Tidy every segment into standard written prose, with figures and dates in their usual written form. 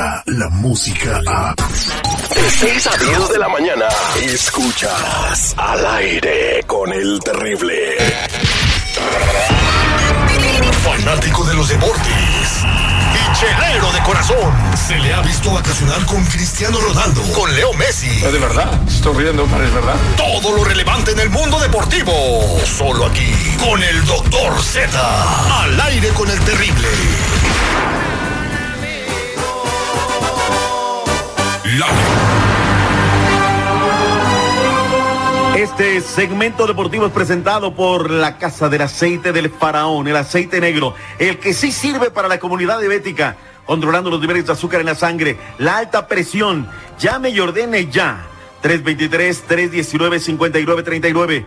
llega la música a... De 6 a 10 de la mañana, escuchas Al Aire con el Terrible. Fanático de los deportes y chelero de corazón, se le ha visto vacacionar con Cristiano Ronaldo, con Leo Messi. ¿Es de verdad? Estoy riendo, pero es verdad. Todo lo relevante en el mundo deportivo, solo aquí, con el Dr. Z. Al Aire con el Terrible. Este segmento deportivo es presentado por la Casa del Aceite del Faraón, el aceite negro, el que sí sirve para la comunidad diabética, controlando los niveles de azúcar en la sangre, la alta presión. Llame y ordene ya. 323-319-5939.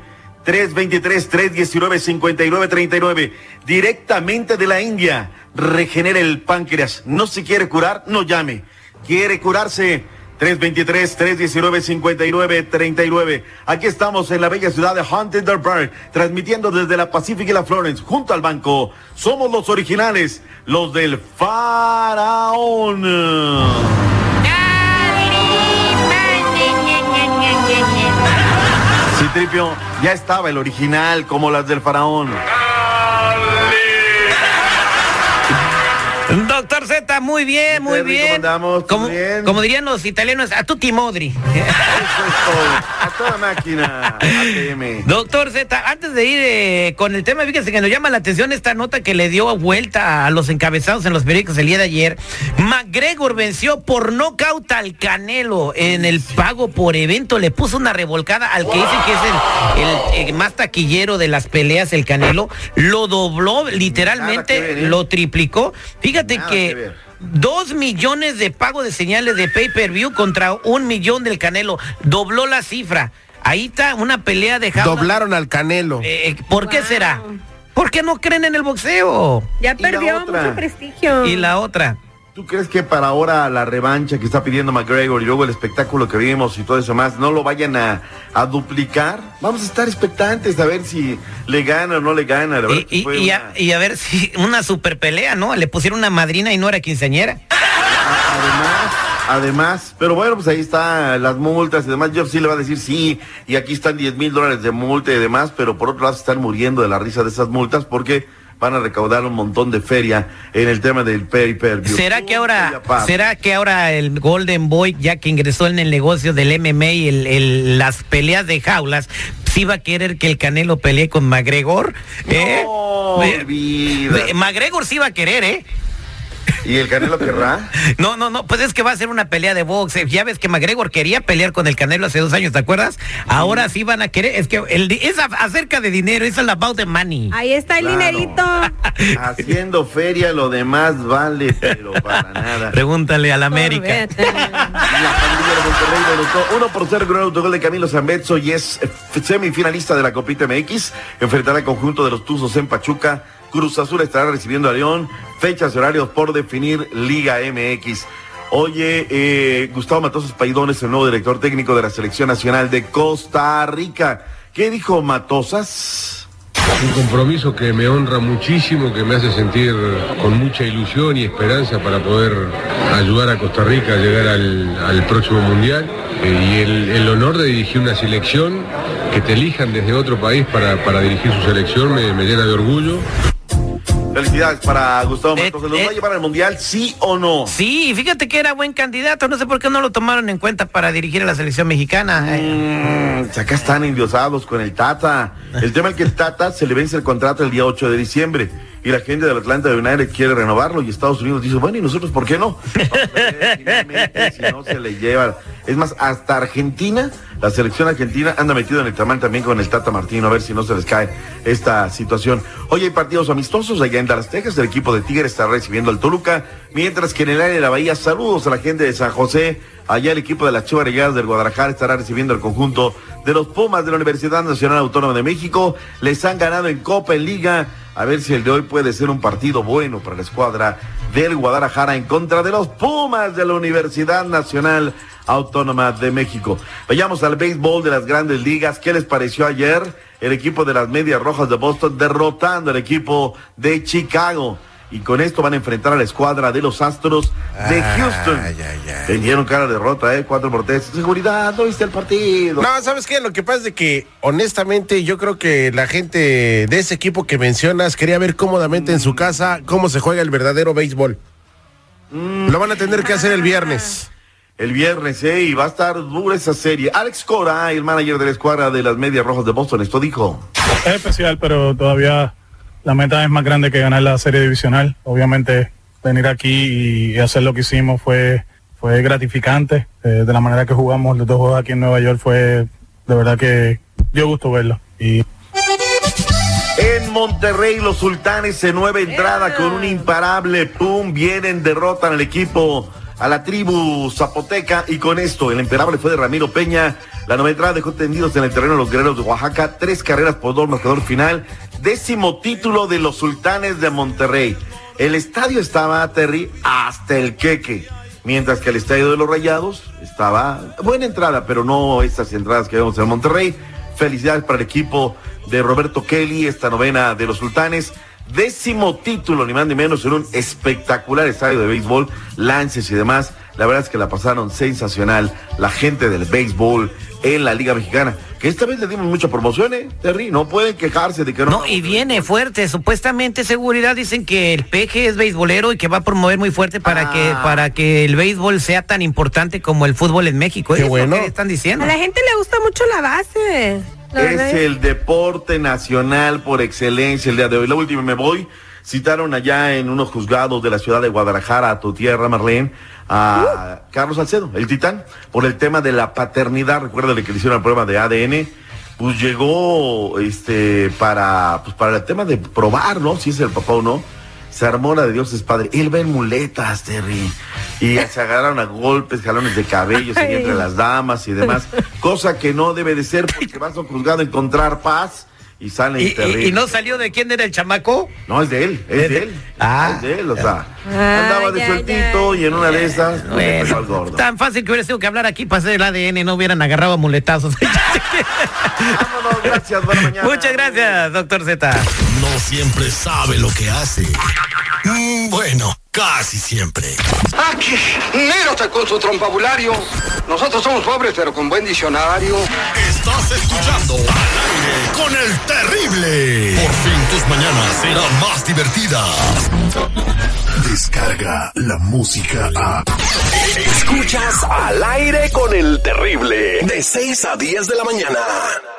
323-319-5939. Directamente de la India. Regenera el páncreas. No se quiere curar, no llame. Quiere curarse. 323-319-5939. Aquí estamos en la bella ciudad de Huntington Park, transmitiendo desde la Pacific y la Florence, junto al banco. Somos los originales, los del Faraón. Citripio, ya estaba el original, como las del Faraón. Doctor Z, muy bien, muy bien. ¿Cómo andamos? Como dirían los italianos, a tutti modri. Eso es todo. A toda máquina. ATM. Doctor Z, antes de ir con el tema, fíjense que nos llama la atención esta nota que le dio vuelta a los encabezados en los periódicos el día de ayer. McGregor venció por nocaut al Canelo en el pago por evento. Le puso una revolcada al que dicen que es el más taquillero de las peleas, el Canelo. Lo dobló, literalmente, lo triplicó. Fíjate que 2 millones de pago de señales de pay-per-view contra 1 millón del Canelo. Dobló la cifra. Ahí está una pelea de jaula. Doblaron al Canelo. ¿Por qué será? Porque no creen en el boxeo. Ya perdió mucho prestigio. Y la otra. ¿Tú crees que para ahora la revancha que está pidiendo McGregor y luego el espectáculo que vimos y todo eso más, no lo vayan a duplicar? Vamos a estar expectantes a ver si le gana o no le gana. La verdad y a ver si una super pelea, ¿no? Le pusieron una madrina y no era quinceañera. Además, pero bueno, pues ahí están las multas y demás. Jeff sí le va a decir sí, y aquí están $10,000 de multa y demás, pero por otro lado se están muriendo de la risa de esas multas porque van a recaudar un montón de feria en el tema del pay-per-view. ¿Será que ahora el Golden Boy, ya que ingresó en el negocio del MMA y las peleas de jaulas, sí va a querer que el Canelo pelee con McGregor? No, McGregor sí va a querer, ¿Y el Canelo querrá? No, pues es que va a ser una pelea de box. Ya ves que McGregor quería pelear con el Canelo hace 2 años, ¿te acuerdas? Ahora sí van a querer, es que es acerca de dinero, es all about the money. Ahí está el dinerito. Haciendo feria, lo demás vale, pero para nada. Pregúntale a la América. La pandilla de Monterrey derrotó 1-0 con el gol de Camilo Zambetso y es semifinalista de la Copita MX. Enfrentará al conjunto de los Tuzos en Pachuca. Cruz Azul estará recibiendo a León. Fechas y horarios por definir Liga MX. Oye, Gustavo Matosas Paidones, el nuevo director técnico de la Selección Nacional de Costa Rica. ¿Qué dijo Matosas? Un compromiso que me honra muchísimo, que me hace sentir con mucha ilusión y esperanza para poder ayudar a Costa Rica a llegar al próximo Mundial. Y el honor de dirigir una selección, que te elijan desde otro país para dirigir su selección, me llena de orgullo. Felicidades para Gustavo Matosas. ¿Los va a llevar al Mundial, sí o no? Sí, fíjate que era buen candidato. No sé por qué no lo tomaron en cuenta para dirigir a la selección mexicana. Acá están endiosados con el Tata. El tema es que el Tata se le vence el contrato el día 8 de diciembre. Y la gente del Atlanta United quiere renovarlo y Estados Unidos dice, bueno, ¿y nosotros por qué no? Vamos a ver, finalmente, si no se le lleva. Es más, hasta Argentina, la selección argentina anda metido en el tamal también con el Tata Martino, a ver si no se les cae esta situación. Hoy hay partidos amistosos allá en Dallas, Texas. El equipo de Tigres está recibiendo al Toluca, mientras que en el área de la Bahía, saludos a la gente de San José. Allá el equipo de las Chivas Rayadas del Guadalajara estará recibiendo al conjunto de los Pumas de la Universidad Nacional Autónoma de México. Les han ganado en Copa, en Liga. A ver si el de hoy puede ser un partido bueno para la escuadra del Guadalajara en contra de los Pumas de la Universidad Nacional Autónoma de México. Vayamos al béisbol de las Grandes Ligas. ¿Qué les pareció ayer el equipo de las Medias Rojas de Boston derrotando al equipo de Chicago? y con esto van a enfrentar a la escuadra de los Astros de Houston. Vendieron cara de derrota, 4-3. Seguridad, ¿no viste el partido? No, ¿sabes qué? Lo que pasa es de que, honestamente, yo creo que la gente de ese equipo que mencionas quería ver cómodamente en su casa cómo se juega el verdadero béisbol. Lo van a tener que hacer el viernes. El viernes, y va a estar dura esa serie. Alex Cora, el manager de la escuadra de las Medias Rojas de Boston, esto dijo. Es especial, pero todavía la meta es más grande que ganar la serie divisional. Obviamente, venir aquí y hacer lo que hicimos fue gratificante. De la manera que jugamos los 2 juegos aquí en Nueva York fue de verdad que dio gusto verlo. En Monterrey, los Sultanes en nueva entrada con un imparable vienen, derrotan al equipo, a la tribu zapoteca, y con esto el imparable fue de Ramiro Peña. La nueva entrada dejó tendidos en el terreno de los Guerreros de Oaxaca, 3 carreras por 2, marcador final, 10º título de los Sultanes de Monterrey. El estadio estaba, Terry, hasta el queque, mientras que el estadio de los Rayados estaba buena entrada, pero no estas entradas que vemos en Monterrey. Felicidades para el equipo de Roberto Kelly, esta novena de los Sultanes, 10º título, ni más ni menos, en un espectacular estadio de béisbol, lances y demás. La verdad es que la pasaron sensacional la gente del béisbol en la Liga Mexicana, que esta vez le dimos mucha promoción, Terry, no pueden quejarse de que no. No, y viene fuerte, supuestamente seguridad, dicen que el Peje es beisbolero y que va a promover muy fuerte para que el béisbol sea tan importante como el fútbol en México. Qué bueno. ¿Qué están diciendo? A la gente le gusta mucho la base. Es el deporte nacional por excelencia el día de hoy. La última me voy. Citaron allá en unos juzgados de la ciudad de Guadalajara, a tu tierra, Marlene, a Carlos Salcedo, el Titán, por el tema de la paternidad. Recuérdale que le hicieron la prueba de ADN. Pues llegó para el tema de probar, ¿no? Si es el papá o no. Se armó la de Dios es padre. Él va en muletas, Terry. Y se agarraron a golpes, jalones de cabello, seguían entre las damas y demás. Cosa que no debe de ser, porque vas a un juzgado a encontrar paz y sale terrible. ¿Y no salió de quién era el chamaco? No, es de él, es de él. Es de él, o sea, andaba de sueltito y en una de esas le pegó al gordo. Tan fácil que hubiera sido que hablar aquí para hacer el ADN, no hubieran agarrado a muletazos. Vámonos, gracias, buena mañana. Muchas gracias, doctor Z. No siempre sabe lo que hace. Bueno, casi siempre. ¡Aquí! ¡Mírate con su trompabulario! Nosotros somos pobres, pero con buen diccionario. Estás escuchando Al Aire con el Terrible. Por fin tus mañanas serán más divertidas. Descarga la música a... Escuchas Al Aire con el Terrible, de 6 a 10 de la mañana.